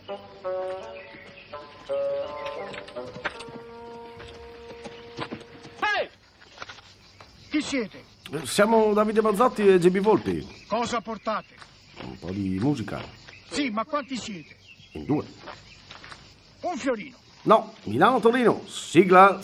Chi siete? Siamo Davide Mazzotti e GB Volpi. Cosa portate? Un po' di musica. Sì, ma quanti siete? In 2. Un fiorino. No, Milano-Torino. Sigla.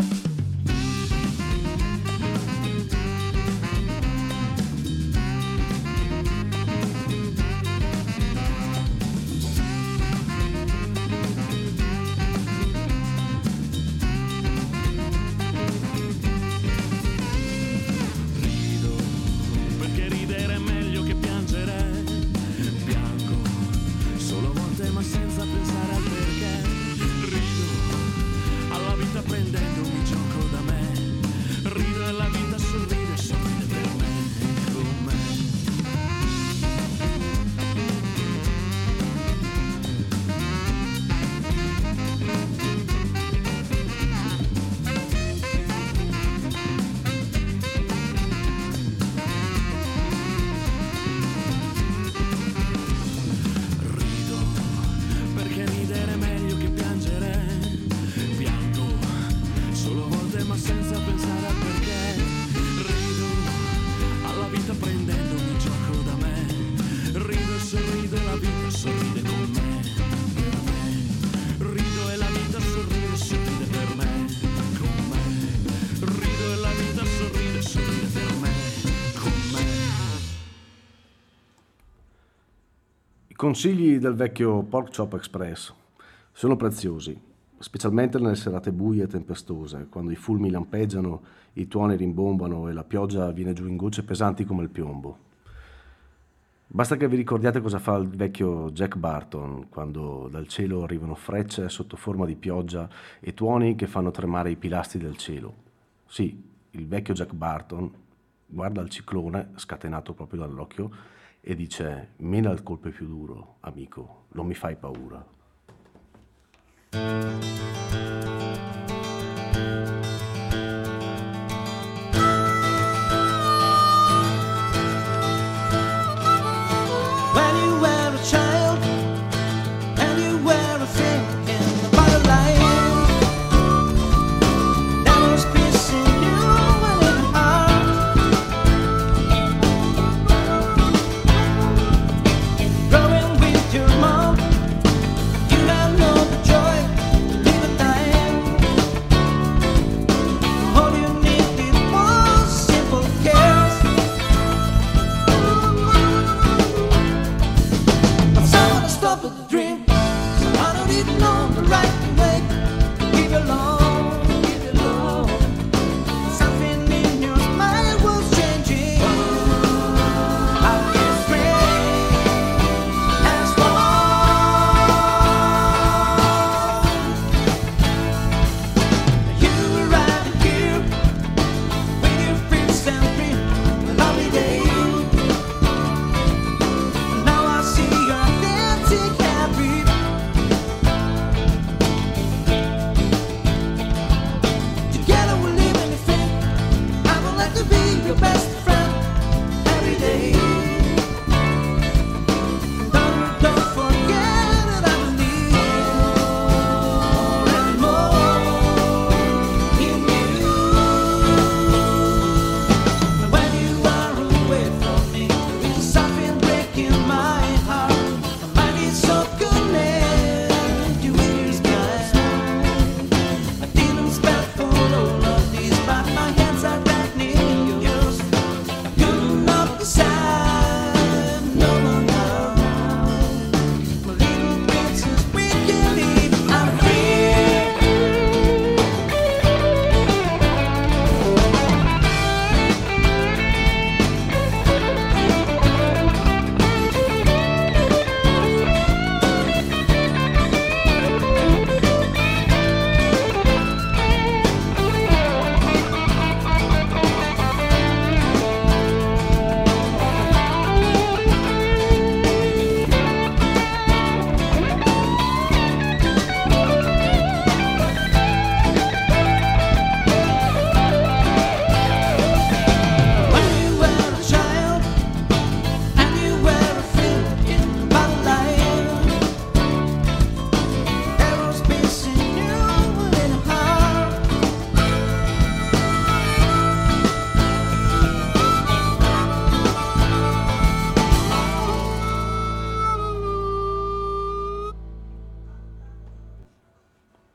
I consigli del vecchio Pork Chop Express sono preziosi, specialmente nelle serate buie e tempestose, quando i fulmini lampeggiano, i tuoni rimbombano e la pioggia viene giù in gocce pesanti come il piombo. Basta che vi ricordiate cosa fa il vecchio Jack Burton quando dal cielo arrivano frecce sotto forma di pioggia e tuoni che fanno tremare i pilastri del cielo. Sì, il vecchio Jack Burton guarda il ciclone scatenato proprio dall'occhio e dice: mena il colpo più duro, amico, non mi fai paura. When you were a child and you were a thing in the borderline, there was peace in you and in your heart. Growing with your mom, you don't know the joy, live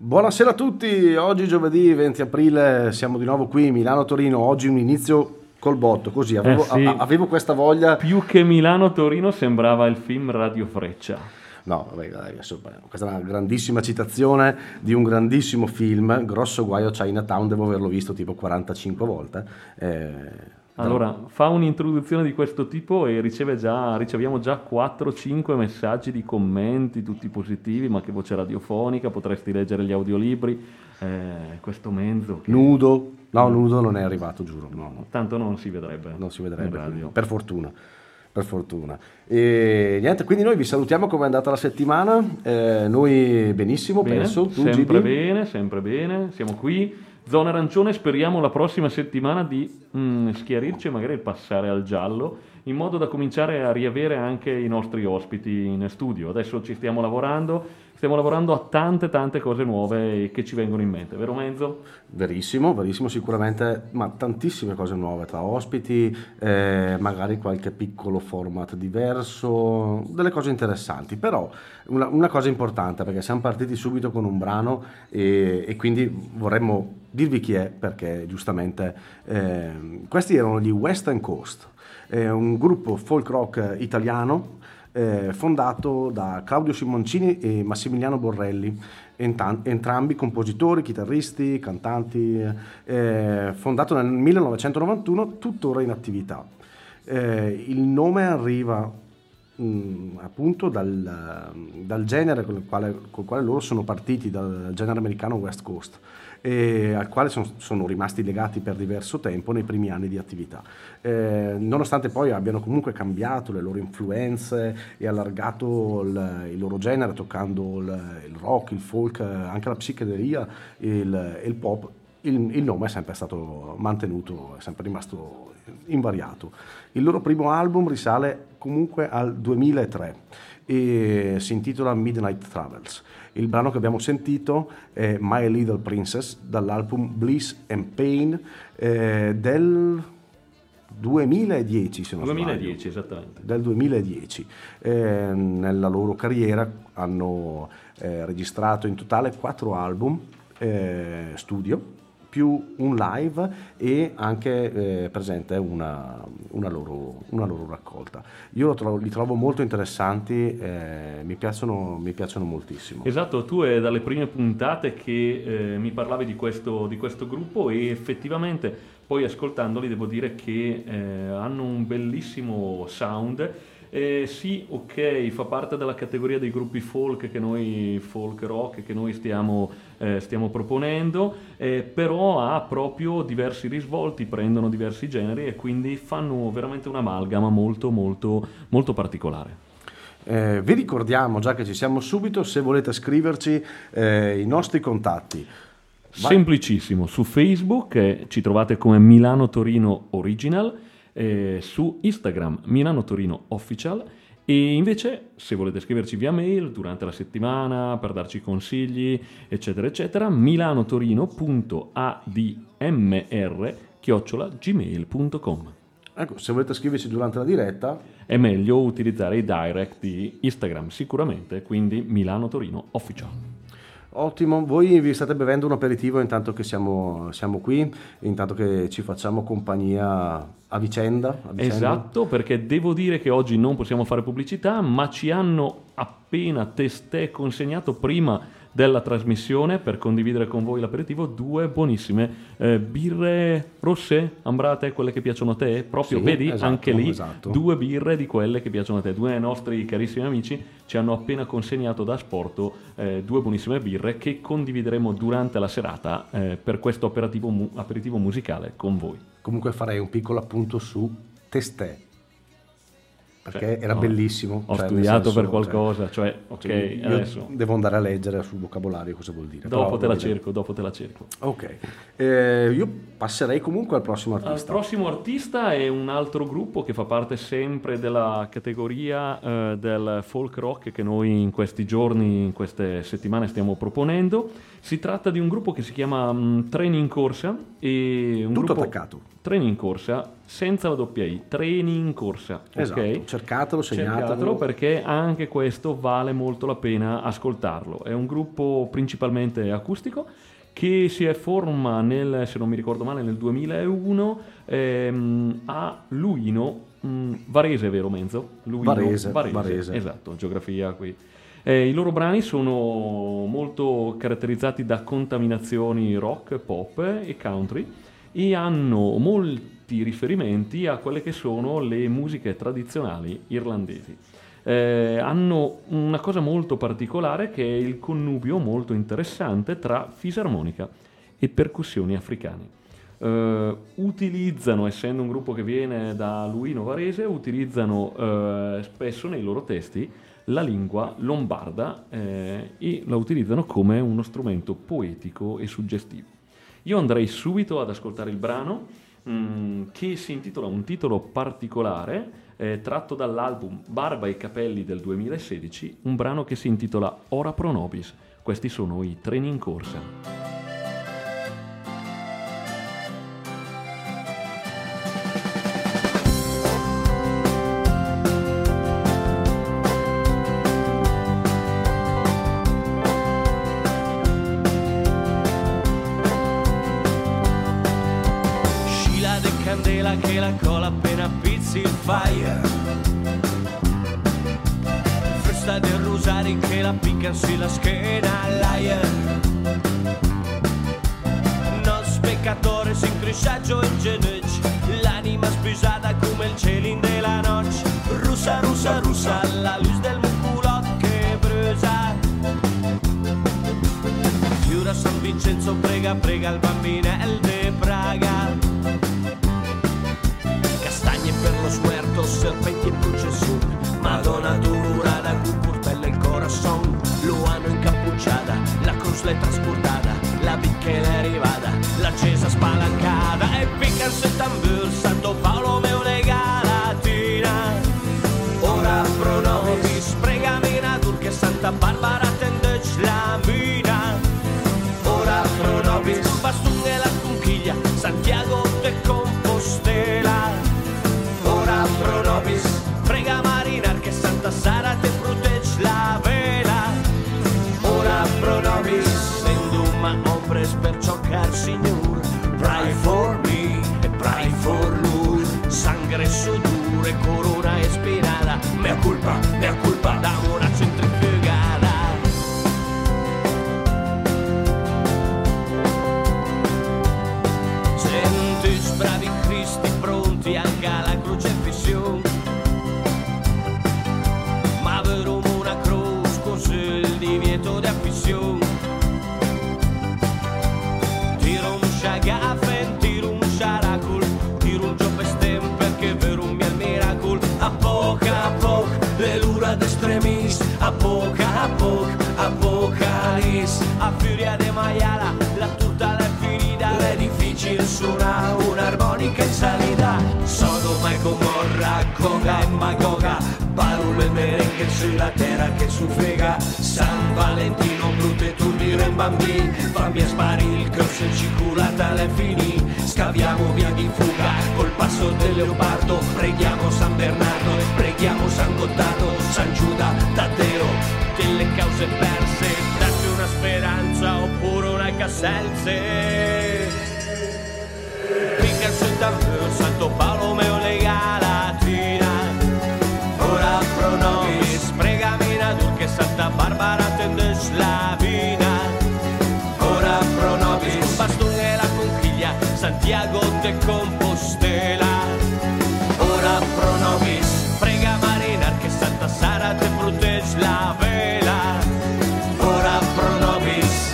Buonasera a tutti, oggi giovedì 20 aprile siamo di nuovo qui Milano-Torino, oggi un inizio col botto, così Sì. avevo questa voglia. Più che Milano-Torino sembrava il film Radio Freccia. No, vabbè, dai, adesso, questa è una grandissima citazione di un grandissimo film, Grosso guaio a Chinatown, devo averlo visto tipo 45 volte. Allora, fa un'introduzione di questo tipo e riceviamo già 4-5 messaggi di commenti, tutti positivi, ma che voce radiofonica, potresti leggere gli audiolibri, questo mezzo. Nudo? No, nudo non è arrivato, giuro. No. Tanto non si vedrebbe. Non si vedrebbe, in radio. per fortuna. Per fortuna. E niente, quindi noi vi salutiamo, come è andata la settimana. Noi benissimo, Bene, penso. Tu, sempre Gigi? sempre bene, siamo qui. Zona arancione, speriamo la prossima settimana di schiarirci e magari passare al giallo, in modo da cominciare a riavere anche i nostri ospiti in studio. Adesso ci stiamo lavorando a tante cose nuove che ci vengono in mente, vero Menzo? Verissimo, sicuramente, ma tantissime cose nuove tra ospiti, magari qualche piccolo format diverso, delle cose interessanti, però una cosa importante, perché siamo partiti subito con un brano e quindi vorremmo dirvi chi è, perché giustamente questi erano gli Western Coast, un gruppo folk rock italiano fondato da Claudio Simoncini e Massimiliano Borrelli, entrambi compositori, chitarristi, cantanti, fondato nel 1991, tuttora in attività. Il nome arriva appunto dal genere col quale loro sono partiti, dal genere americano West Coast, e al quale sono rimasti legati per diverso tempo nei primi anni di attività, nonostante poi abbiano comunque cambiato le loro influenze e allargato il loro genere, toccando il rock, il folk, anche la psichedelia, il pop. Il nome è sempre stato mantenuto, è sempre rimasto invariato. Il loro primo album risale comunque al 2003 e si intitola Midnight Travels. Il brano che abbiamo sentito è My Little Princess, dall'album Bliss and Pain del 2010, se non 2010, sbaglio. esattamente. Del 2010. Nella loro carriera hanno registrato in totale 4 album studio, più un live e anche presente una loro raccolta. Io li trovo molto interessanti, mi piacciono moltissimo. Esatto, tu è dalle prime puntate che mi parlavi di questo gruppo e effettivamente poi ascoltandoli devo dire che hanno un bellissimo sound. Sì, ok, fa parte della categoria dei gruppi folk rock che noi stiamo proponendo, però ha proprio diversi risvolti, prendono diversi generi e quindi fanno veramente un'amalgama molto particolare. Vi ricordiamo, già che ci siamo subito, se volete scriverci i nostri contatti. Vai. Semplicissimo, su Facebook ci trovate come Milano Torino Original, su Instagram Milano Torino Official, e invece se volete scriverci via mail durante la settimana per darci consigli eccetera milanotorino.admr@gmail.com. Ecco, se volete scriverci durante la diretta è meglio utilizzare i direct di Instagram sicuramente, quindi Milano Torino Official. Ottimo, voi vi state bevendo un aperitivo intanto che siamo qui, intanto che ci facciamo compagnia a vicenda. Esatto, perché devo dire che oggi non possiamo fare pubblicità, ma ci hanno appena testé consegnato prima della trasmissione, per condividere con voi l'aperitivo, 2 buonissime birre rosse, Ambrate, quelle che piacciono a te, proprio, sì, vedi, esatto, anche lì esatto. 2 birre di quelle che piacciono a te. 2 nostri carissimi amici ci hanno appena consegnato da Asporto 2 buonissime birre che condivideremo durante la serata per questo aperitivo musicale con voi. Comunque farei un piccolo appunto su Testè, perché era no, bellissimo. Ho cioè, studiato nel senso, per qualcosa, ok, io adesso devo andare a leggere sul vocabolario cosa vuol dire. dopo però, te la cerco. Ok, io passerei comunque al prossimo Il artista. prossimo artista è un altro gruppo che fa parte sempre della categoria del folk rock che noi in questi giorni, in queste settimane stiamo proponendo. Si tratta di un gruppo che si chiama Treni in Corsa, e un Tutto gruppo attaccato. Treni in Corsa, senza la doppia I, Treni in corsa. Esatto, ok? cercatelo, segnatelo. Cercatelo perché anche questo vale molto la pena ascoltarlo. È un gruppo principalmente acustico che si forma se non mi ricordo male, nel 2001 a Luino, Varese, vero Menzo? Luino, Varese. Esatto, geografia qui. I loro brani sono molto caratterizzati da contaminazioni rock, pop e country e hanno molti riferimenti a quelle che sono le musiche tradizionali irlandesi. Hanno una cosa molto particolare che è il connubio molto interessante tra fisarmonica e percussioni africane. Utilizzano, essendo un gruppo che viene da Luino Varese, utilizzano spesso nei loro testi la lingua lombarda e la utilizzano come uno strumento poetico e suggestivo. Io andrei subito ad ascoltare il brano che si intitola un titolo particolare tratto dall'album Barba e Capelli del 2016, un brano che si intitola Ora Pro Nobis. Questi sono i Treni in corsa. Che la cola appena pizzi il fire, festa del rosari che la piccan sulla schiena, liar. Non speccatore sin crisciaggio in genocchi, l'anima spisata come il cielin della notte. Russa, russa, russa, la luce del muculot che brucia. Chiura San Vincenzo, prega, prega il bambinel de Praga. Per lo suerto, serpenti e processione, Madonna durada, con portella il corazón, lo hanno incappucciata, la cruz l'è trasportata, la bicca è arrivata, la cesa spalancata, e picca il tambur, Santo Paolo meo legalatina. Ora pro nobis, pregami natur che Santa Barbara tendec la mina. Ora pro nobis, bastun e la conchiglia, Santiago de Compostela. Ora pro nobis, prega marinar che Santa Sara te protegge la vela. Ora pro nobis, enduma hombres per chocar signor. Pray for me e pray for lui. Sangre, sudore, corona espirada. Mea culpa, da una centrifugada. Sentis bravi cristi pronti anche alla crocifissione, ma vero una cruz con il divieto di affissione. Tiro un shagafen, tiro un sharacul, tiro un giopestem perché vero un mio miracol. A poc, le lura d'estremis, a poc, apocalis, a furia de maiala, la tutta l'è finita, l'è difficile suona un'armonica in salita. Sodoma e Gomorra, Goga e Magoga, parole merengue sulla terra che suffrega. San Valentino, brutte turbire in bambini, fammi a sparire il corso e ciculata l'è finì. Scaviamo via di fuga col passo del leopardo, preghiamo San Bernardo e preghiamo San Gottardo, San Giuda, Taddeo, delle cause perse, dacci una speranza oppure una casselze. Picca sul tamburo, Santo Paolo meo legalatina. Ora pro nobis, pregami natur che Santa Barbara tendes la vina. Ora pro nobis, bastone e la conchiglia, Santiago de Compostela. Ora pro nobis, prega marinar che Santa Sara te protegge la vela. Ora pro nobis.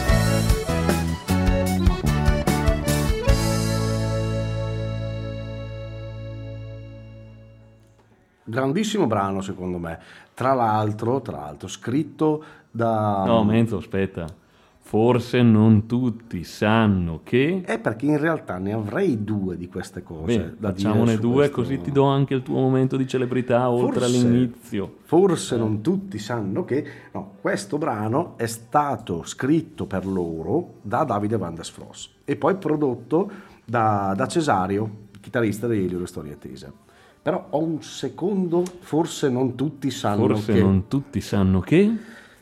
Grandissimo brano secondo me, tra l'altro scritto da... No, Menzo, aspetta. Forse non tutti sanno che... È perché in realtà ne avrei due di queste cose. Bene, da facciamone dire su due questo. così ti do anche il tuo momento di celebrità oltre all'inizio. Forse non tutti sanno che questo brano è stato scritto per loro da Davide Van der Sfros e poi prodotto da Cesario, chitarrista dei Loro Storie Attese. Però ho un secondo, forse non tutti sanno che...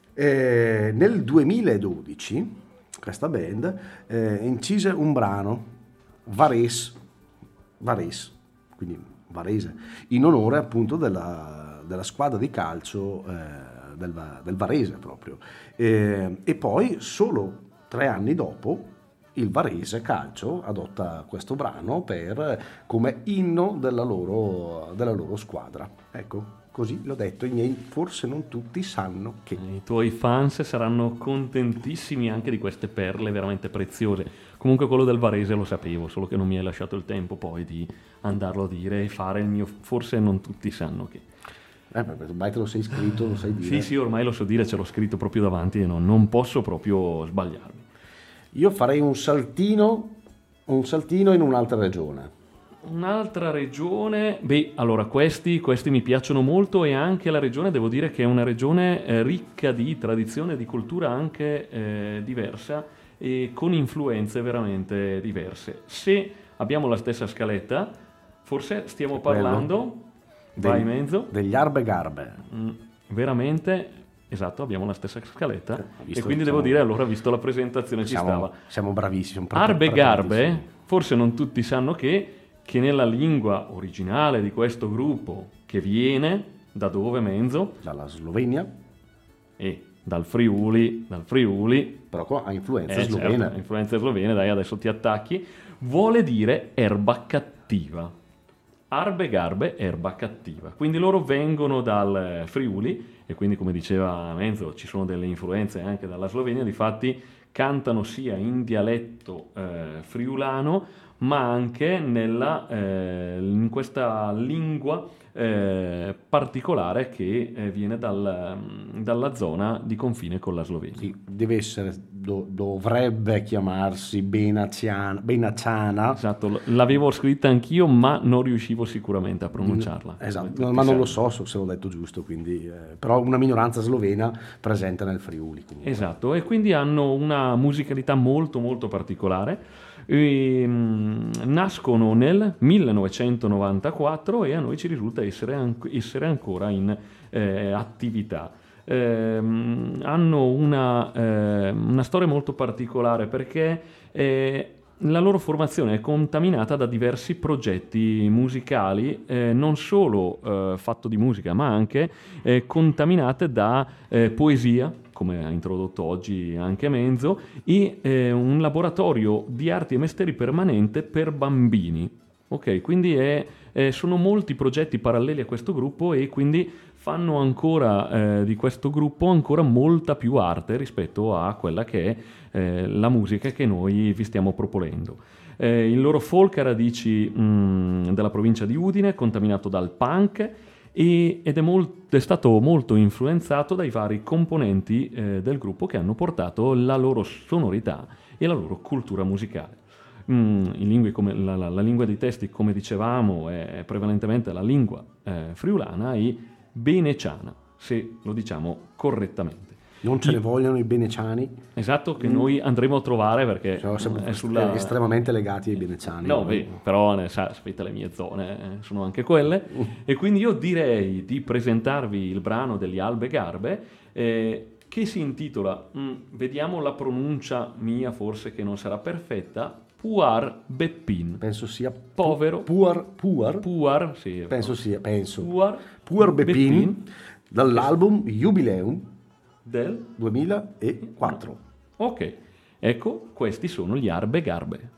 Nel 2012 questa band incise un brano, Varese, quindi Varese, in onore appunto della squadra di calcio del Varese proprio. E poi solo 3 anni dopo il Varese Calcio adotta questo brano come inno della loro squadra. Ecco, così l'ho detto, i miei forse non tutti sanno che. I tuoi fans saranno contentissimi anche di queste perle veramente preziose. Comunque quello del Varese lo sapevo, solo che non mi hai lasciato il tempo poi di andarlo a dire e fare il mio forse non tutti sanno che. Ormai te lo sei scritto, lo sai dire. Sì, ormai lo so dire, ce l'ho scritto proprio davanti e non posso proprio sbagliarmi. Io farei un saltino in un'altra regione. Un'altra regione, allora questi mi piacciono molto, e anche la regione, devo dire che è una regione ricca di tradizione e di cultura anche diversa e con influenze veramente diverse. Se abbiamo la stessa scaletta, forse stiamo parlando, vai Menzo, degli Arbe Garbe. Veramente, esatto, abbiamo la stessa scaletta e quindi siamo, devo dire, allora, visto la presentazione ci stava. Siamo bravissimi. Arbe Garbe, forse non tutti sanno che nella lingua originale di questo gruppo, che viene da dove, Menzo? Dalla Slovenia. E dal Friuli, però ha influenze slovene. Certo, influenze slovene, dai, adesso ti attacchi. Vuole dire erba cattiva. Arbe Garbe, erba cattiva. Quindi loro vengono dal Friuli e quindi, come diceva Menzo, ci sono delle influenze anche dalla Slovenia. Difatti cantano sia in dialetto friulano, ma anche in questa lingua particolare che viene dalla zona di confine con la Slovenia. Sì, dovrebbe chiamarsi Benaciana. Esatto, l'avevo scritta anch'io, ma non riuscivo sicuramente a pronunciarla. Esatto, ma non lo so se l'ho detto giusto, quindi, però una minoranza slovena presente nel Friuli. Comunque. Esatto, e quindi hanno una musicalità molto molto particolare. Nascono nel 1994 e a noi ci risulta essere ancora in attività. Hanno una storia molto particolare perché la loro formazione è contaminata da diversi progetti musicali, non solo fatto di musica, ma anche contaminate da poesia, come ha introdotto oggi anche Menzo, e un laboratorio di arti e mestieri permanente per bambini. Ok, quindi sono molti progetti paralleli a questo gruppo e quindi fanno ancora di questo gruppo ancora molta più arte rispetto a quella che è la musica che noi vi stiamo proponendo. Il loro folk ha radici della provincia di Udine, contaminato dal punk, ed è stato molto influenzato dai vari componenti del gruppo che hanno portato la loro sonorità e la loro cultura musicale. La lingua dei testi, come dicevamo, è prevalentemente la lingua friulana e beneciana, se lo diciamo correttamente. Non ce ne vogliono i beneciani. Esatto, che noi andremo a trovare perché siamo estremamente legati ai beneciani. No, però sapete, le mie zone sono anche quelle. E quindi io direi di presentarvi il brano degli Arbe Garbe, che si intitola, vediamo la pronuncia mia forse che non sarà perfetta, Puar Beppin. Penso sia povero. Puar, sì. Penso. Puar Beppin, dall'album Jubileum del 2004. Ok, ecco, questi sono gli Arbe Garbe.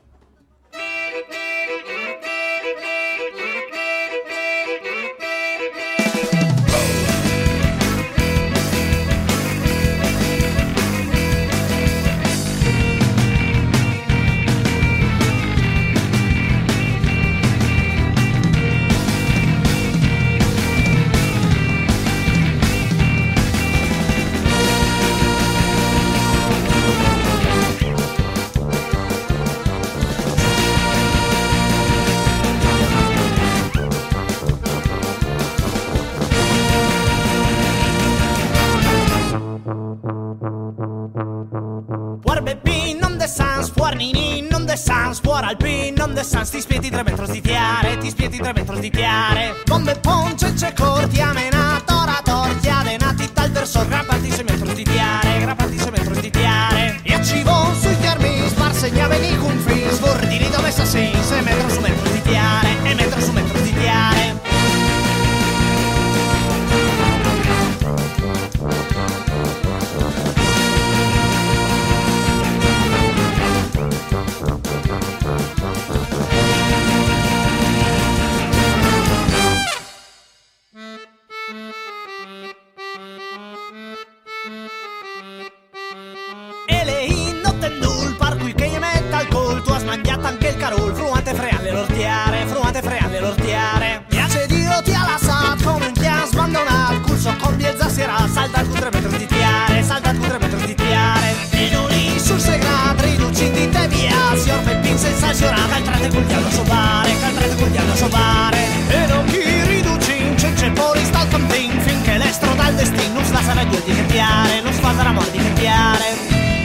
de sans, fuor nini, non de sans, fuor alpin, non de sans, ti spieti 3 metros di tiare, ti spieti 3 metros di tiare. Bombe ponce, c'è corti, amena, tora, tortia, denati, tal verso, grappati 6 metros di tiare, grappati 6 metros di tiare. E ci von sui termi, sparsegna veni con fin, svordini dove sa sei, 6 metros su metros di tiare, e metro su metros di tiare. E lei non tendul, par cui che gli metta al col, tu has mangiato anche il carol, fruante freale l'ortiare, fruante freale l'ortiare. Piace Dio ti ha lasciato come un chias abbandonat, curso con bielza sera, salta con 3 metros di tiare, salta con 3 metros di tiare. E non lì sul segrat, riduci di te via, si orfe pin senza giorata, caltrate col diavolo a sovare, caltrate col diavolo a sovare. E non chi riduci, c'è poi sta il contin, finché l'estro dal destino, non sta sarà due di che tiare, non fa sarà morti che tiare.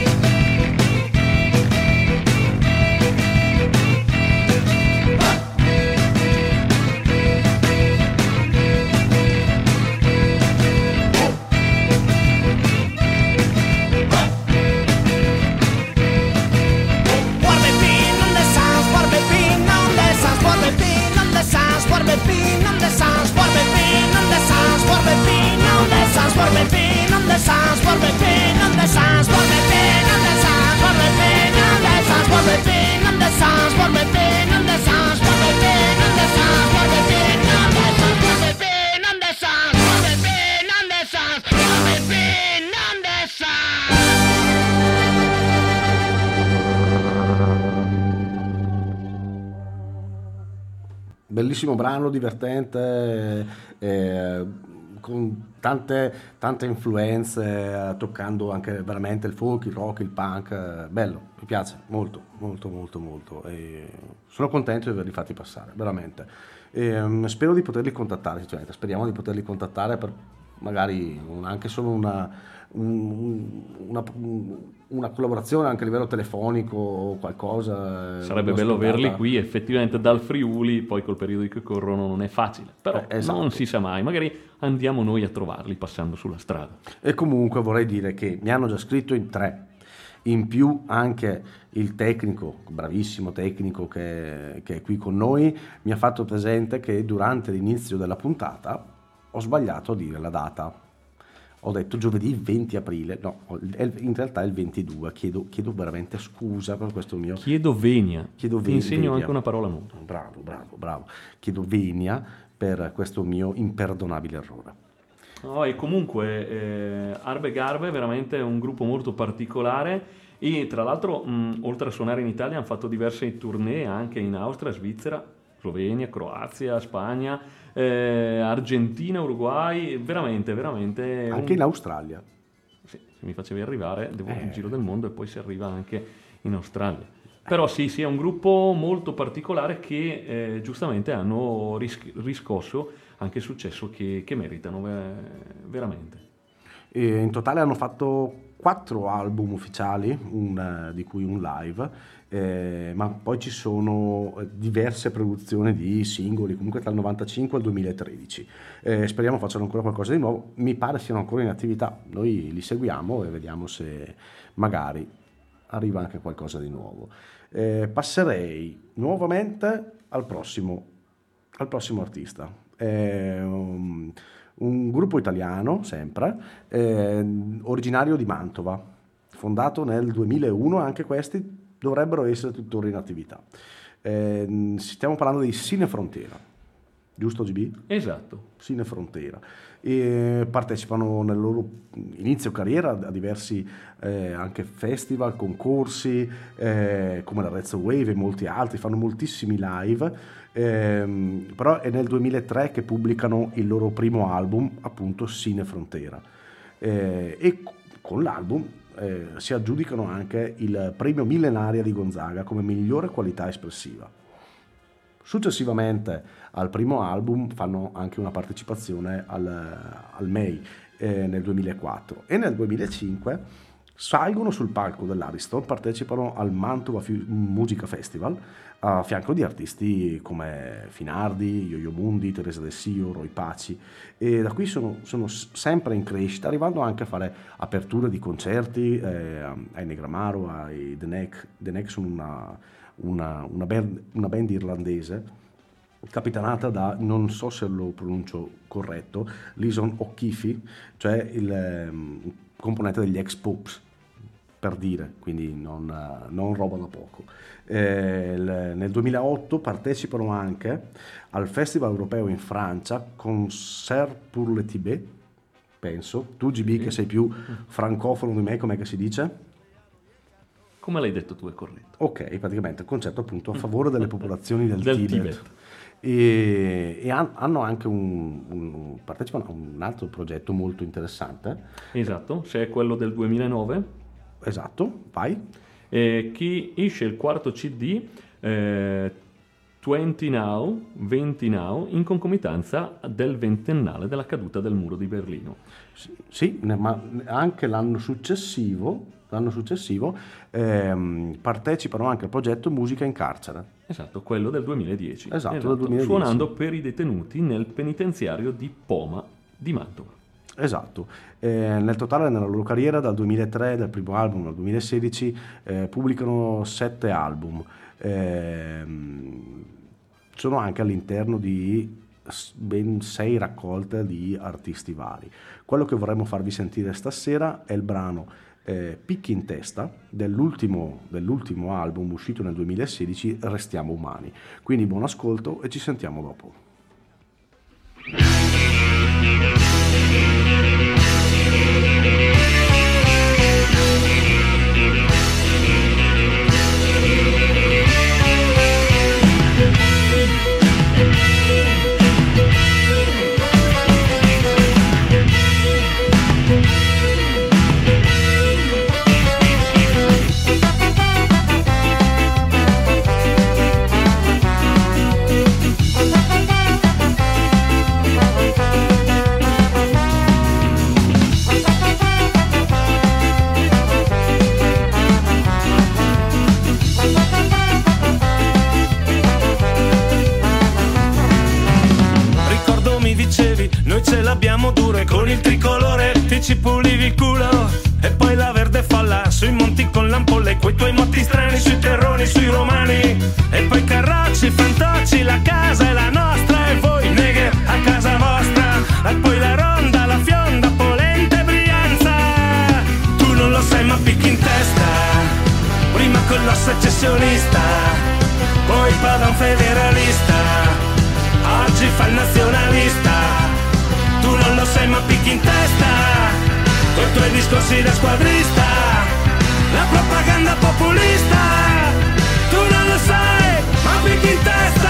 Bellissimo brano, divertente, con tante influenze, toccando anche veramente il folk, il rock, il punk. Bello, mi piace molto, molto, molto, molto. E sono contento di averli fatti passare, veramente. Spero di poterli contattare, sinceramente. Speriamo di poterli contattare per magari anche solo una collaborazione anche a livello telefonico o qualcosa. Sarebbe bello averli qui, effettivamente dal Friuli, poi col periodo che corrono non è facile, però esatto. Non si sa mai, magari andiamo noi a trovarli passando sulla strada. E comunque vorrei dire che mi hanno già scritto in 3, in più anche il tecnico, bravissimo tecnico che è qui con noi, mi ha fatto presente che durante l'inizio della puntata ho sbagliato a dire la data. Ho detto giovedì 20 aprile, no, in realtà è il 22, chiedo veramente scusa per questo mio... Chiedo venia, ti insegno venia. anche una parola nuova. Bravo, chiedo venia per questo mio imperdonabile errore. No, e comunque Arbe Garbe è veramente un gruppo molto particolare e tra l'altro oltre a suonare in Italia hanno fatto diverse tournée anche in Austria, Svizzera, Slovenia, Croazia, Spagna, Argentina, Uruguay, veramente anche in Australia. Sì, se mi facevi arrivare devo il giro del mondo e poi si arriva anche in Australia. Però sì, è un gruppo molto particolare che giustamente hanno riscosso anche il successo che meritano veramente. E in totale hanno fatto 4 album ufficiali, di cui un live, ma poi ci sono diverse produzioni di singoli, comunque tra il 95 e il 2013. Speriamo facciano ancora qualcosa di nuovo, mi pare siano ancora in attività, noi li seguiamo e vediamo se magari arriva anche qualcosa di nuovo. Passerei nuovamente al prossimo artista. Un gruppo italiano, sempre, originario di Mantova, fondato nel 2001, anche questi dovrebbero essere tuttora in attività. Stiamo parlando di Sine Frontiera, giusto GB? Esatto. Sine Frontiera. E partecipano nel loro inizio carriera a diversi anche festival, concorsi, come la Rezzo Wave e molti altri, fanno moltissimi live, però è nel 2003 che pubblicano il loro primo album, appunto Sine Frontiera, e con l'album si aggiudicano anche il premio Millenaria di Gonzaga come migliore qualità espressiva. Successivamente al primo album fanno anche una partecipazione al MEI nel 2004 e nel 2005 Salgono sul palco dell'Ariston, partecipano al Mantova Musica Festival a fianco di artisti come Finardi, Yo-Yo Mundi, Teresa Del Sio, Roy Paci, e da qui sono sempre in crescita, arrivando anche a fare aperture di concerti ai Negramaro, ai The Neck. The Neck sono una band irlandese capitanata da, non so se lo pronuncio corretto, Lison O'Keefe, cioè il componente degli Ex-Pops, per dire, quindi non roba da poco. Nel 2008 partecipano anche al Festival Europeo in Francia, Concert pour le Tibet, penso. Tu GB che sei più francofono di me, com'è che si dice? Come l'hai detto tu, è corretto. Ok, praticamente il concetto appunto a favore delle popolazioni del Tibet. E hanno anche partecipano a un altro progetto molto interessante. Esatto, se è quello del 2009. Esatto, vai. Che esce il quarto CD 20 Now, in concomitanza del ventennale della caduta del muro di Berlino. Sì, ma anche l'anno successivo partecipano anche al progetto Musica in Carcere. Esatto, quello del 2010. Esatto, del 2010. Suonando per i detenuti nel penitenziario di Poma di Mantova. Esatto, nel totale nella loro carriera dal 2003, dal primo album al 2016, pubblicano 7 album, sono anche all'interno di ben 6 raccolte di artisti vari. Quello che vorremmo farvi sentire stasera è il brano Picchi in testa dell'ultimo album uscito nel 2016, Restiamo umani. Quindi buon ascolto e ci sentiamo dopo. Noi ce l'abbiamo duro e con il tricolore ti ci pulivi il culo. E poi la verde falla sui monti con l'ampolle, quei tuoi motti strani sui terroni, sui romani. E poi carrocci, fantocci, la casa è la nostra e voi neghe a casa vostra. E poi la ronda, la fionda, polente, Brianza. Tu non lo sai ma picchi in testa, prima con l'assecessionista, poi Padan federalista, oggi fa il nazionalista. Tu non lo sai ma picchi in testa, coi tuoi discorsi da squadrista, la propaganda populista. Tu non lo sai ma picchi in testa.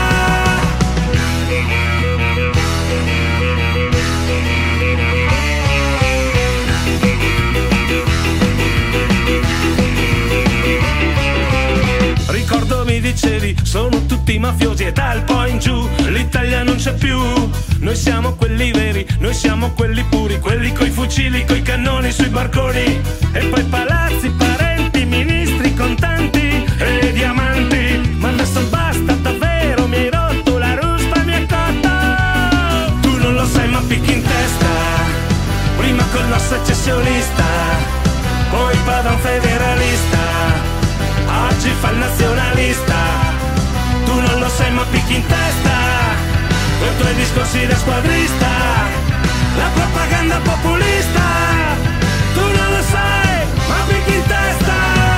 Ricordo mi dicevi, sono tutti mafiosi e dal poi in giù l'Italia non c'è più. Noi siamo quelli veri, noi siamo quelli puri, quelli coi fucili, coi cannoni sui barconi. E poi palazzi, parenti, ministri, contanti e diamanti. Ma adesso basta davvero, mi hai rotto la ruspa, mi hai cotto. Tu non lo sai ma picchi in testa, prima con l'assecessionista, poi Padan federalista, oggi fa il nazionalista. Tu non lo sai ma picchi in testa, coi tuoi discorsi da squadrista, la propaganda populista. Tu non lo sai ma picchi in testa.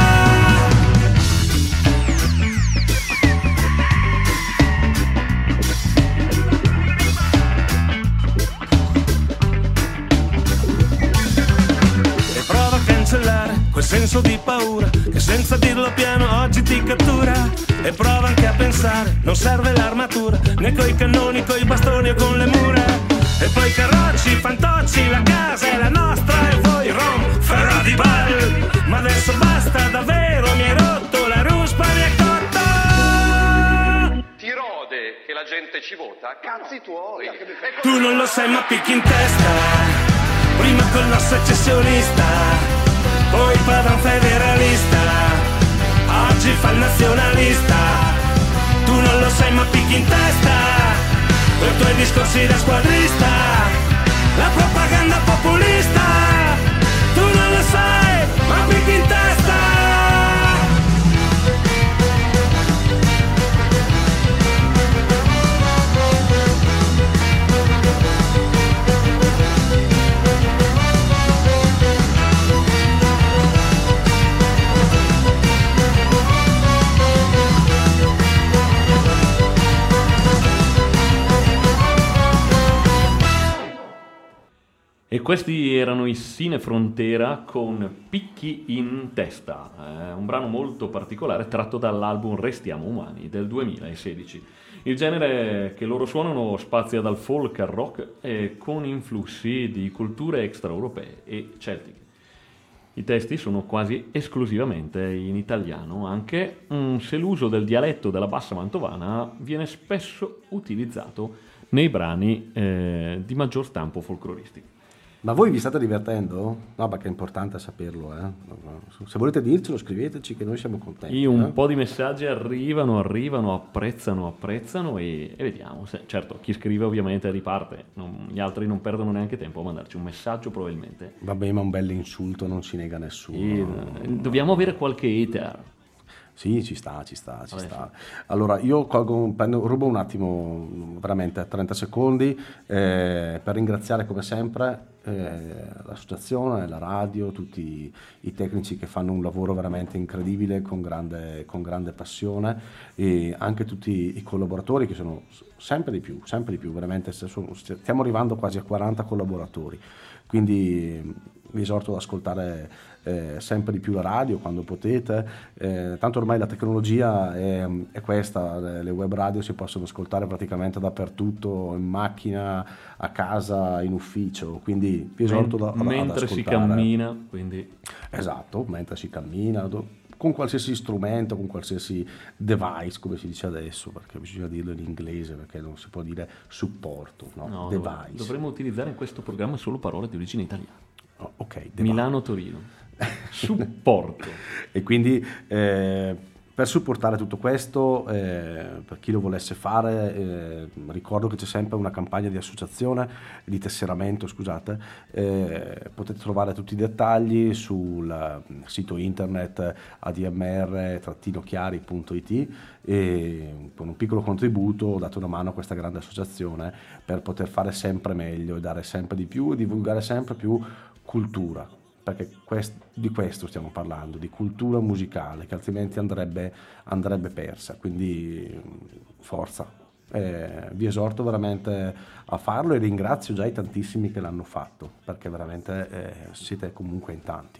E prova a cancellare quel senso di paura che senza dirlo piano oggi ti cattura. E prova anche a pensare, non serve l'armatura, né coi cannoni, coi bastoni o con le mura. E poi carrocci, fantocci, la casa è la nostra e voi rom, ferro di bal. Ma adesso basta davvero, mi hai rotto la ruspa, mi hai cotto. Ti rode che la gente ci vota, cazzi tuoi. Tu non lo sai ma picchi in testa, prima con l'assecessionista, poi padron federalista, oggi fa il nazionalista. Tu non lo sai ma picchi in testa, per i tuoi discorsi da squadrista, la propaganda populista. Tu non lo sai ma picchi in testa. E questi erano i Sine Frontera con Picchi in testa, un brano molto particolare tratto dall'album Restiamo Umani del 2016. Il genere che loro suonano spazia dal folk al rock con influssi di culture extraeuropee e celtiche. I testi sono quasi esclusivamente in italiano, anche se l'uso del dialetto della bassa mantovana viene spesso utilizzato nei brani di maggior stampo folcloristico. Ma voi vi state divertendo? No, perché è importante saperlo. Se volete dircelo, scriveteci che noi siamo contenti. Un po' di messaggi arrivano, apprezzano e vediamo. Certo, chi scrive ovviamente riparte, gli altri non perdono neanche tempo a mandarci un messaggio probabilmente. Vabbè, ma un bel insulto non ci nega nessuno. Dobbiamo avere qualche hater. Sì, ci sta. Allora, io rubo un attimo, veramente 30 secondi, per ringraziare come sempre l'associazione, la radio, tutti i tecnici che fanno un lavoro veramente incredibile con grande passione, e anche tutti i collaboratori che sono sempre di più, veramente stiamo arrivando quasi a 40 collaboratori, quindi vi esorto ad ascoltare sempre di più la radio quando potete, tanto ormai la tecnologia è questa, le web radio si possono ascoltare praticamente dappertutto, in macchina, a casa, in ufficio, quindi vi esorto ad ascoltare. Mentre si cammina, quindi. Esatto, mentre si cammina, con qualsiasi strumento, con qualsiasi device, come si dice adesso, perché bisogna dirlo in inglese, perché non si può dire supporto, no device. Dovremmo utilizzare in questo programma solo parole di origine italiana. Oh, ok, Milano-Torino. Supporto. E quindi per supportare tutto questo, per chi lo volesse fare, ricordo che c'è sempre una campagna di associazione, di tesseramento, scusate, potete trovare tutti i dettagli sul sito internet admr-chiari.it, e con un piccolo contributo date una mano a questa grande associazione per poter fare sempre meglio e dare sempre di più e divulgare sempre più cultura, perché di questo stiamo parlando, di cultura musicale che altrimenti andrebbe persa, quindi forza, vi esorto veramente a farlo e ringrazio già i tantissimi che l'hanno fatto, perché veramente siete comunque in tanti.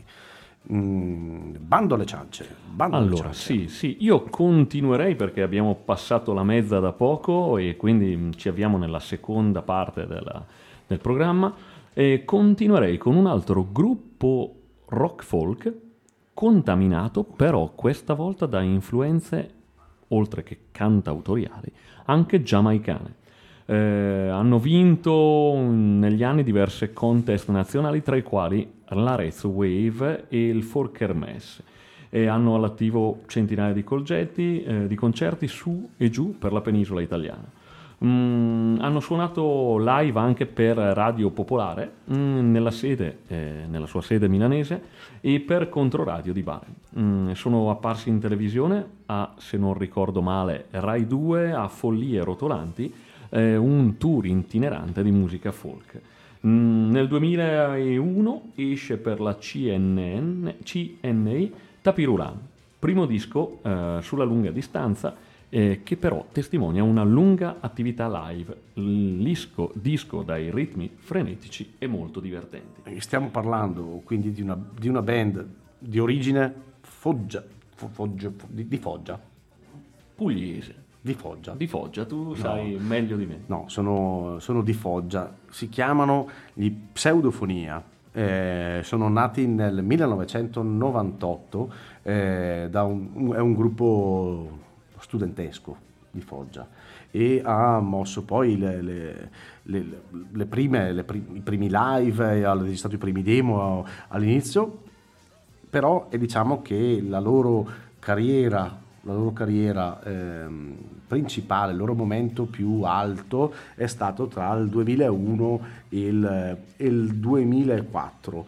Bando alle ciance. Allora, sì, io continuerei perché abbiamo passato la mezza da poco e quindi ci avviamo nella seconda parte del programma. E continuerei con un altro gruppo rock folk contaminato però questa volta da influenze, oltre che cantautoriali, anche giamaicane. Hanno vinto negli anni diverse contest nazionali, tra i quali l'Arezzo Wave e il Folkermesse, e hanno all'attivo centinaia di concerti su e giù per la penisola italiana. Hanno suonato live anche per Radio Popolare nella sua sede milanese e per Controradio di Bari. Sono apparsi in televisione se non ricordo male, Rai 2, a Follie Rotolanti, un tour itinerante di musica folk. Nel 2001 esce per la CNA Tapirulan, primo disco sulla lunga distanza, che però testimonia una lunga attività live, disco dai ritmi frenetici e molto divertenti. Stiamo parlando quindi di una band di origine di Foggia. Pugliese. Di Foggia. Di Foggia, tu sai meglio di me. No, sono di Foggia. Si chiamano gli Pseudofonia. Sono nati nel 1998, è un gruppo studentesco di Foggia e ha mosso poi i primi live, ha registrato i primi demo all'inizio, però diciamo che la loro carriera principale, il loro momento più alto è stato tra il 2001 e il 2004,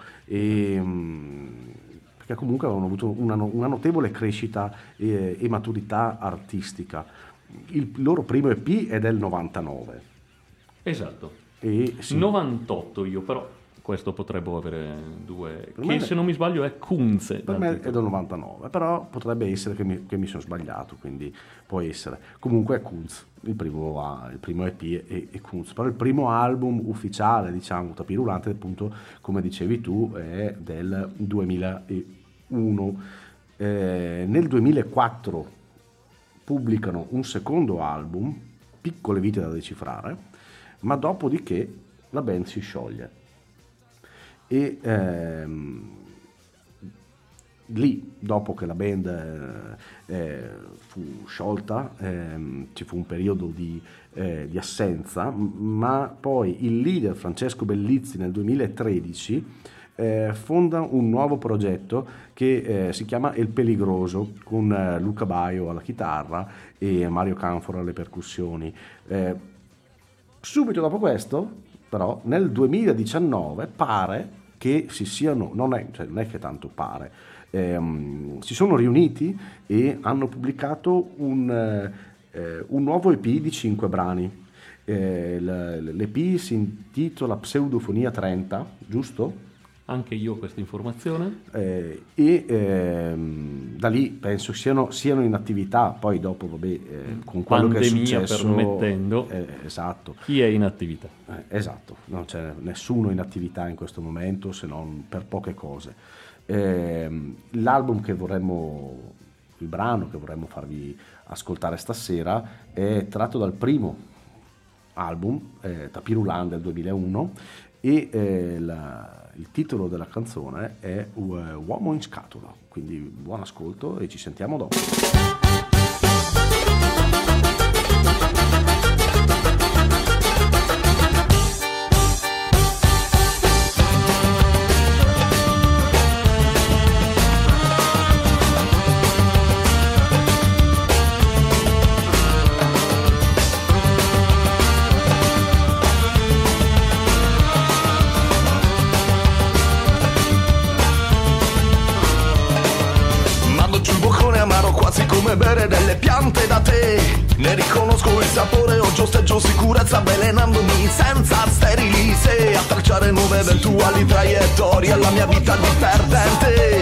perché comunque avevano avuto una notevole crescita e maturità artistica. Il loro primo EP è del 99. Esatto. Sì. 98 io, però questo potrebbero avere due, che se non mi sbaglio è Kunze. Per me è del 99, però potrebbe essere che mi sono sbagliato, quindi può essere. Comunque è Kunz, il primo EP è Kunz, però il primo album ufficiale, diciamo, Tapirulante, appunto, come dicevi tu, è del 2001. Nel 2004 pubblicano un secondo album, Piccole vite da decifrare, ma dopodiché la band si scioglie. E lì, dopo che la band fu sciolta, ci fu un periodo di assenza, ma poi il leader Francesco Bellizzi nel 2013 fonda un nuovo progetto che si chiama El Peligroso, con Luca Baio alla chitarra e Mario Canfora alle percussioni. Subito dopo questo, però, nel 2019 pare che non è che tanto pare, si sono riuniti e hanno pubblicato un nuovo EP di 5 brani. L'EP si intitola Pseudofonia 30, giusto? Anche io ho questa informazione. Da lì penso siano in attività, poi dopo con quello pandemia che è successo, permettendo, esatto. Chi è in attività? Esatto, non c'è nessuno in attività in questo momento, se non per poche cose. L'album il brano che vorremmo farvi ascoltare stasera è tratto dal primo album, Tapirulan del 2001, e il titolo della canzone è Uomo in scatola, quindi buon ascolto e ci sentiamo dopo. Come bere delle piante da te, ne riconosco il sapore, ho giusteggio sicurezza avvelenandomi senza sterili, se a tracciare nuove eventuali traiettorie alla mia vita di perdente,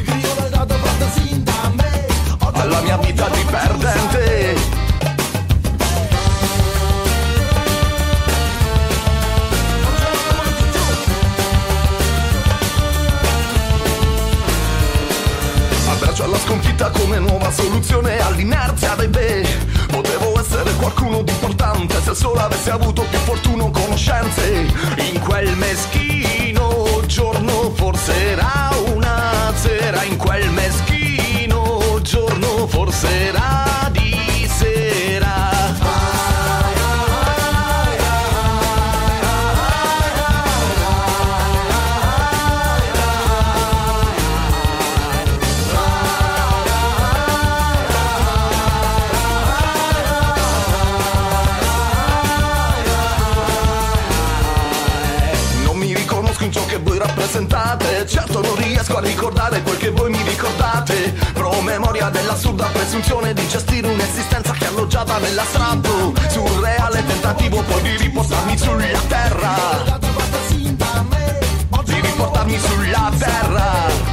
alla mia vita di perdente. Alla sconfitta come nuova soluzione all'inerzia dei be. Potevo essere qualcuno di importante se solo avessi avuto più fortuna o conoscenze. In quel meschino giorno forse era una sera, in quel meschino giorno forse era di sera. In ciò che voi rappresentate, certo non riesco a ricordare quel che voi mi ricordate. Promemoria dell'assurda presunzione di gestire un'esistenza che è alloggiata nell'astratto, surreale tentativo poi di riportarmi sulla terra, di riportarmi sulla terra.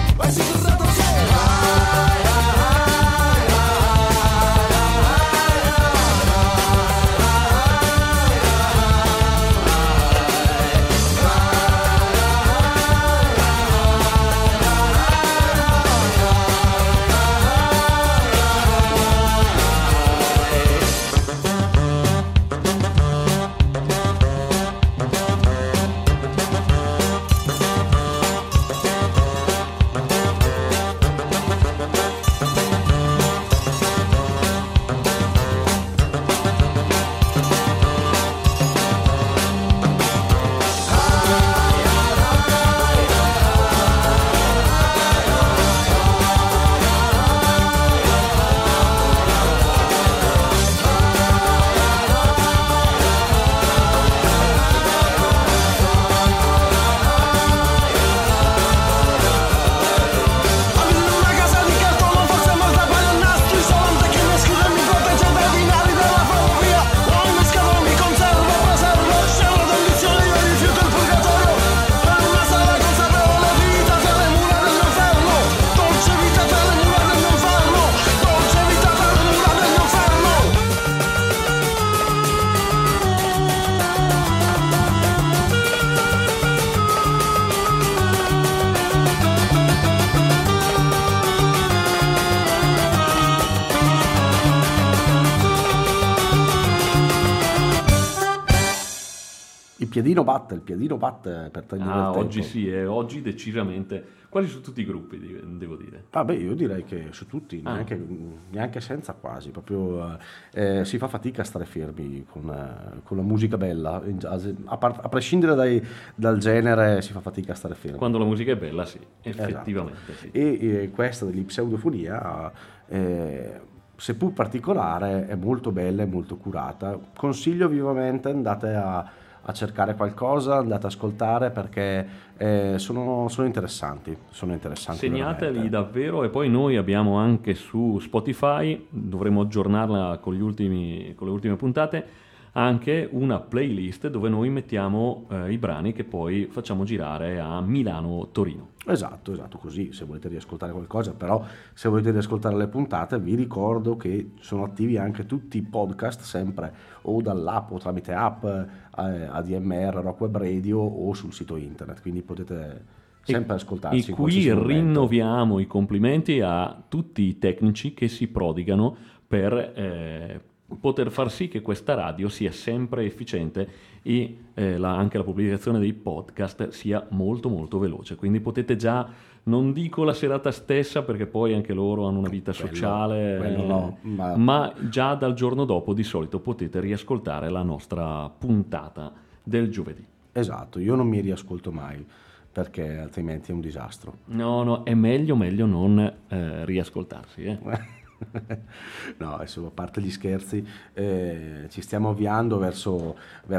piedino batte per tagliare il tempo. Oggi sì, oggi decisamente, quasi su tutti i gruppi, devo dire. Vabbè, io direi che su tutti, neanche senza quasi, proprio si fa fatica a stare fermi con la musica bella, a prescindere dal genere si fa fatica a stare fermi. Quando la musica è bella, sì, effettivamente. Esatto. Sì. E questa dell'ipseudofonia, seppur particolare, è molto bella e molto curata. Consiglio vivamente, andate a cercare qualcosa, andate ad ascoltare perché sono interessanti. Segnateli veramente. davvero, e poi noi abbiamo anche su Spotify, dovremo aggiornarla con le ultime puntate, anche una playlist dove noi mettiamo i brani che poi facciamo girare a Milano-Torino. Esatto, così se volete riascoltare qualcosa, però se volete riascoltare le puntate vi ricordo che sono attivi anche tutti i podcast, sempre o dall'app o tramite app ADMR, Rock Web Radio o sul sito internet, quindi potete sempre ascoltarci. E qui rinnoviamo i complimenti a tutti i tecnici che si prodigano per poter far sì che questa radio sia sempre efficiente e anche la pubblicazione dei podcast sia molto molto veloce, quindi potete già, non dico la serata stessa perché poi anche loro hanno una vita sociale, ma già dal giorno dopo di solito potete riascoltare la nostra puntata del giovedì. Esatto, io non mi riascolto mai perché altrimenti è un disastro. No, è meglio non riascoltarsi. No, adesso a parte gli scherzi, ci stiamo avviando verso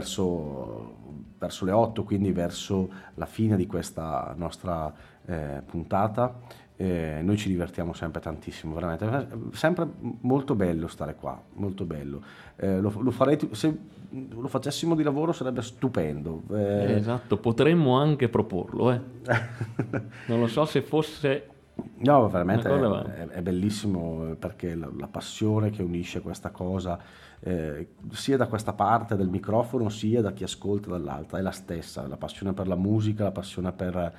le 8, quindi verso la fine di questa nostra puntata. Noi ci divertiamo sempre tantissimo, veramente, è sempre molto bello stare qua, molto bello. Lo farei se lo facessimo di lavoro, sarebbe stupendo. Esatto, potremmo anche proporlo. Non lo so se fosse... No, veramente è bellissimo perché la passione che unisce questa cosa, sia da questa parte del microfono sia da chi ascolta dall'altra, è la stessa, la passione per la musica, la passione per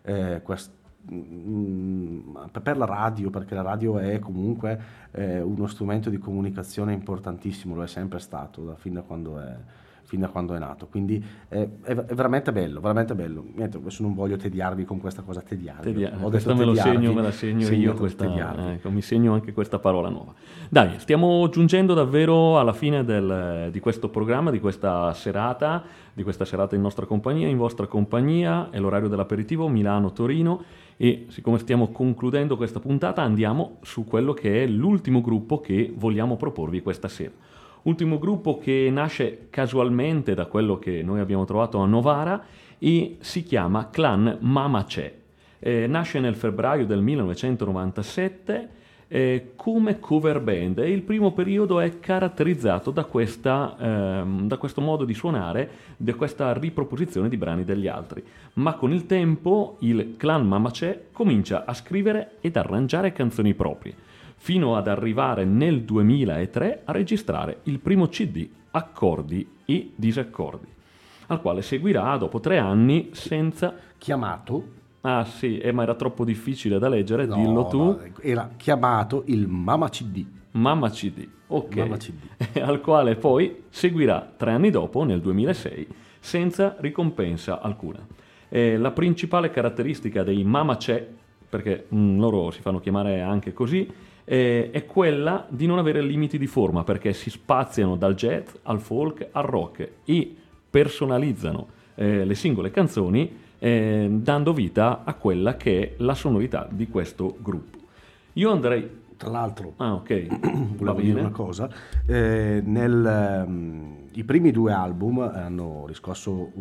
la radio, perché la radio è comunque uno strumento di comunicazione importantissimo, lo è sempre stato fin da quando è nato, quindi è veramente bello, veramente bello. Niente, adesso non voglio tediarvi con questa cosa, Questa me la segno io, mi segno anche questa parola nuova. Dai, stiamo giungendo davvero alla fine di questo programma, di questa serata in nostra compagnia, in vostra compagnia. È l'orario dell'aperitivo Milano-Torino, e siccome stiamo concludendo questa puntata andiamo su quello che è l'ultimo gruppo che vogliamo proporvi questa sera. Ultimo gruppo che nasce casualmente da quello che noi abbiamo trovato a Novara e si chiama Clan Mama C'è. Nasce nel febbraio del 1997 come cover band, e il primo periodo è caratterizzato da questo modo di suonare, da questa riproposizione di brani degli altri. Ma con il tempo il Clan Mama C'è comincia a scrivere ed arrangiare canzoni proprie, fino ad arrivare nel 2003 a registrare il primo CD, Accordi e Disaccordi, al quale seguirà dopo 3 anni senza... Chiamato? Ah sì, ma era troppo difficile da leggere, dillo tu. Era chiamato il Mama CD. Mama CD, ok. Mama CD. Al quale poi seguirà 3 anni dopo, nel 2006, senza ricompensa alcuna. La principale caratteristica dei Mama C'è, perché loro si fanno chiamare anche così, è quella di non avere limiti di forma, perché si spaziano dal jazz al folk al rock e personalizzano le singole canzoni, dando vita a quella che è la sonorità di questo gruppo. Io andrei... Tra l'altro, volevo dire una cosa, i primi 2 album hanno riscosso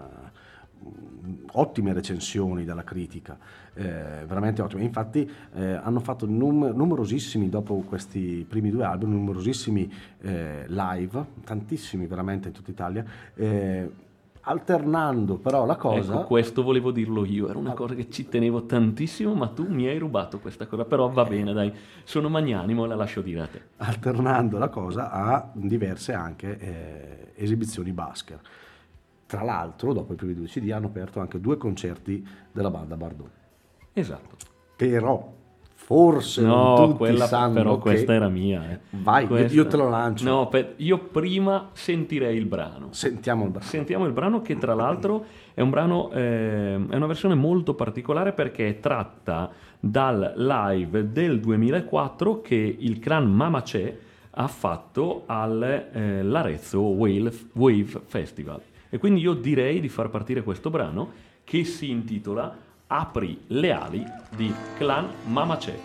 ottime recensioni dalla critica, veramente ottime. Infatti hanno fatto numerosissimi, dopo questi primi 2 album, numerosissimi live, tantissimi veramente in tutta Italia, alternando però la cosa... Ecco, questo volevo dirlo io, era una cosa che ci tenevo tantissimo, ma tu mi hai rubato questa cosa, però va bene, dai, sono magnanimo e la lascio dire a te. Alternando la cosa a diverse anche esibizioni Basker. Tra l'altro, dopo i primi 2 CD hanno aperto anche 2 concerti della banda Bardot. Esatto. Però forse non tutti quella sanno però che... questa era mia. Vai, io te lo lancio. No, io prima sentirei il brano. Sentiamo il brano. Sentiamo il brano, che tra l'altro è un brano, è una versione molto particolare perché è tratta dal live del 2004 che il clan Mama C'è ha fatto all'Arezzo Wave Festival. E quindi io direi di far partire questo brano che si intitola Apri le ali di clan Mama C'è.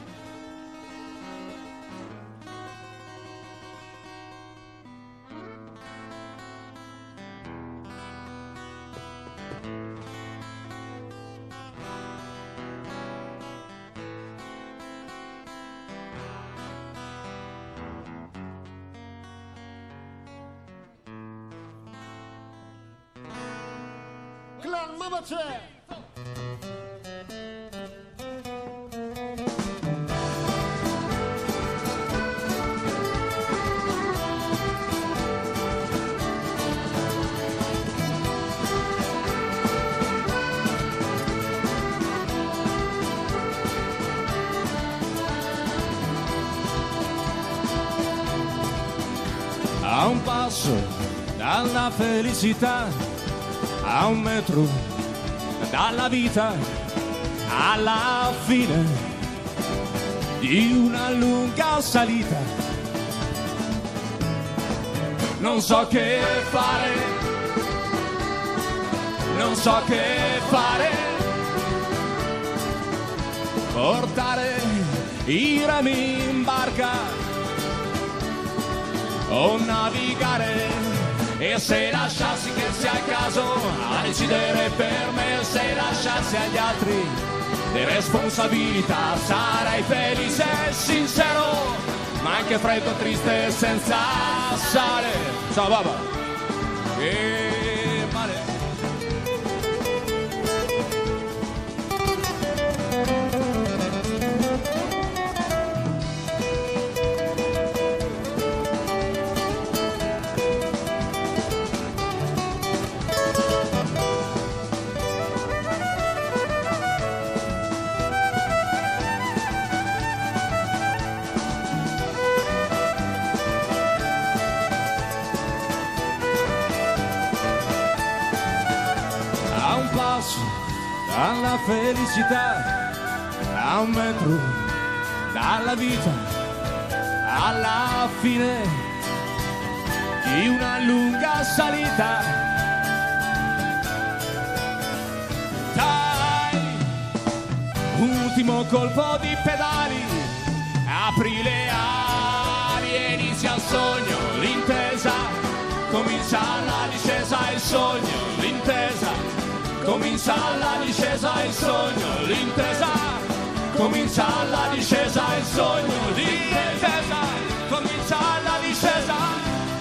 Clan Mama C'è! A un passo dalla felicità, a un metro dalla vita, alla fine di una lunga salita. Non so che fare, non so che fare, portare i remi in barca o navigare, e se lasciassi che sia il caso a decidere per me, se lasciassi agli altri le responsabilità, sarei felice e sincero, ma anche freddo, triste e senza sale. Ciao babà. Che male. Dalla felicità, a un metro dalla vita, alla fine di una lunga salita. Dai, un ultimo colpo di pedali, apri le ali e inizia il sogno, l'intesa, comincia la discesa, il sogno, l'intesa. Comincia la discesa, il sogno, l'intesa. Comincia la discesa, il sogno, l'intesa. Comincia la discesa.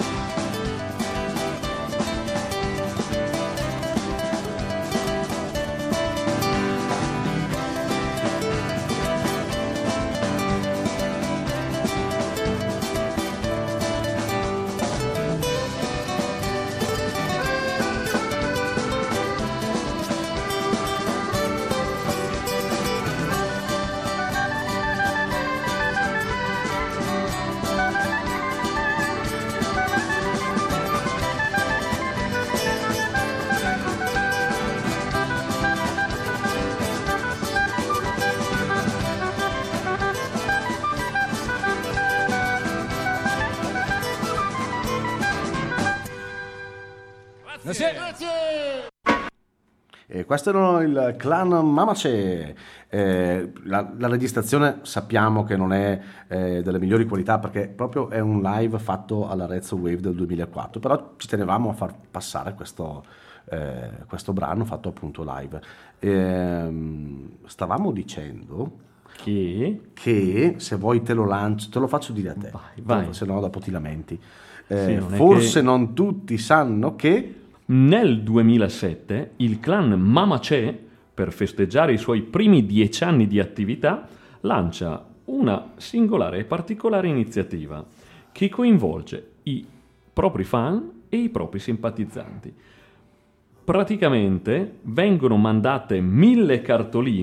E questo era il clan Mama C'è. La registrazione sappiamo che non è delle migliori qualità perché proprio è un live fatto all'Arezzo Wave del 2004, però ci tenevamo a far passare questo brano fatto appunto live. Stavamo dicendo che se vuoi te lo lancio, te lo faccio dire a te, vai. se no dopo ti lamenti. Forse non tutti sanno che nel 2007 il clan Mama C'è, per festeggiare i suoi primi 10 anni di attività, lancia una singolare e particolare iniziativa che coinvolge i propri fan e i propri simpatizzanti. Praticamente vengono mandate 1000 cartoline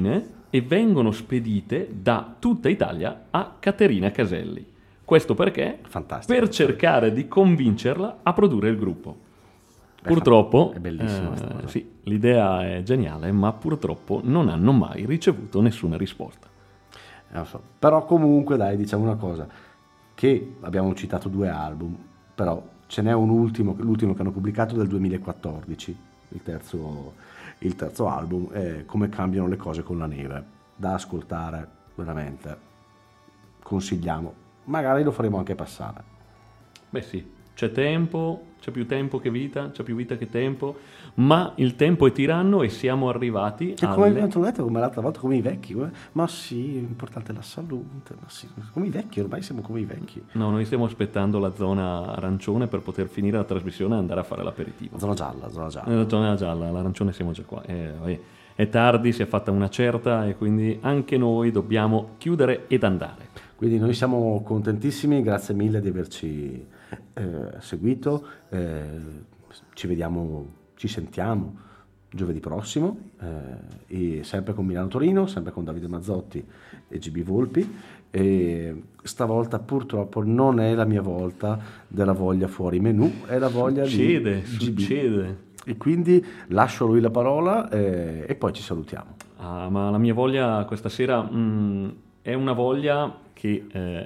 e vengono spedite da tutta Italia a Caterina Caselli. Questo perché? Fantastico. Per cercare di convincerla a produrre il gruppo. Purtroppo, è bellissima questa cosa. Sì, l'idea è geniale, ma purtroppo non hanno mai ricevuto nessuna risposta. Non so. Però comunque dai, diciamo una cosa, che abbiamo citato 2 album, però ce n'è un ultimo, l'ultimo che hanno pubblicato del 2014, il terzo album, è Come cambiano le cose con la neve, da ascoltare veramente, consigliamo, magari lo faremo anche passare. Beh sì, c'è tempo, c'è più tempo che vita, c'è più vita che tempo, ma il tempo è tiranno e siamo arrivati come l'altra volta, come i vecchi, ma sì, è importante la salute, ma sì, come i vecchi, ormai siamo come i vecchi. No, noi stiamo aspettando la zona arancione per poter finire la trasmissione e andare a fare l'aperitivo. Zona gialla. La zona gialla, l'arancione siamo già qua. È tardi, si è fatta una certa e quindi anche noi dobbiamo chiudere ed andare. Quindi noi siamo contentissimi, grazie mille di averci seguito, ci vediamo, ci sentiamo giovedì prossimo, e sempre con Milano Torino, sempre con Davide Mazzotti e GB Volpi, e stavolta purtroppo non è la mia volta della voglia fuori menù, è la voglia di Succede. E quindi lascio lui la parola e poi ci salutiamo. Ma la mia voglia questa sera è una voglia che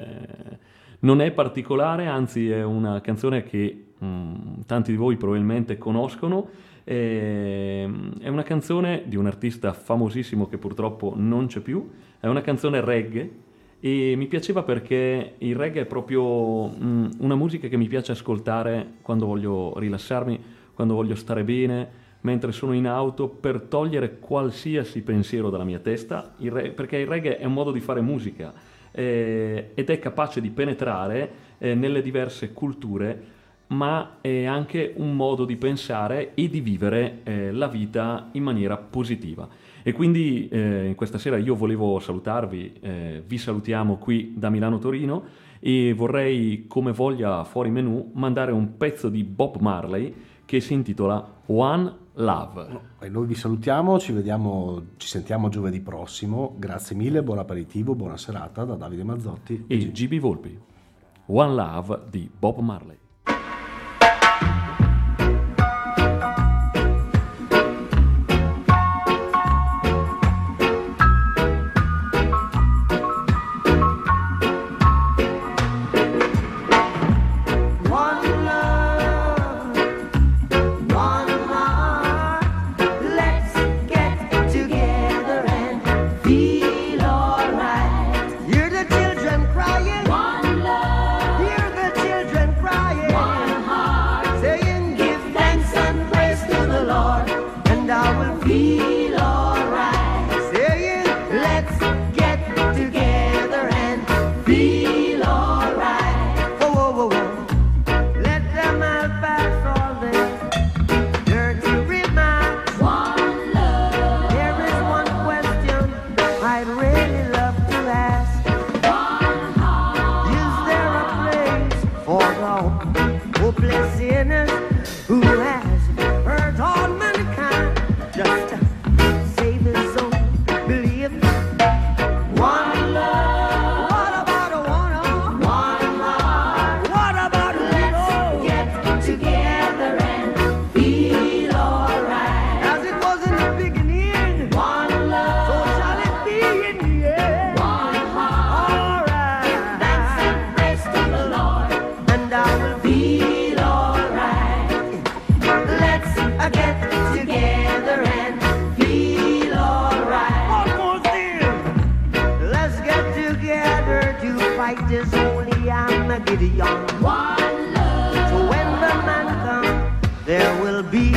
non è particolare, anzi è una canzone che tanti di voi probabilmente conoscono. È una canzone di un artista famosissimo che purtroppo non c'è più, è una canzone reggae e mi piaceva perché il reggae è proprio una musica che mi piace ascoltare quando voglio rilassarmi, quando voglio stare bene, mentre sono in auto, per togliere qualsiasi pensiero dalla mia testa, perché il reggae è un modo di fare musica ed è capace di penetrare nelle diverse culture, ma è anche un modo di pensare e di vivere la vita in maniera positiva. E quindi questa sera io volevo salutarvi, vi salutiamo qui da Milano Torino e vorrei, come voglia fuori menù, mandare un pezzo di Bob Marley che si intitola One Love. E noi vi salutiamo, ci sentiamo giovedì prossimo, grazie mille, buon aperitivo, buona serata da Davide Mazzotti e GB Volpi. One Love di Bob Marley. Gideon. One love. So when the man comes, there will be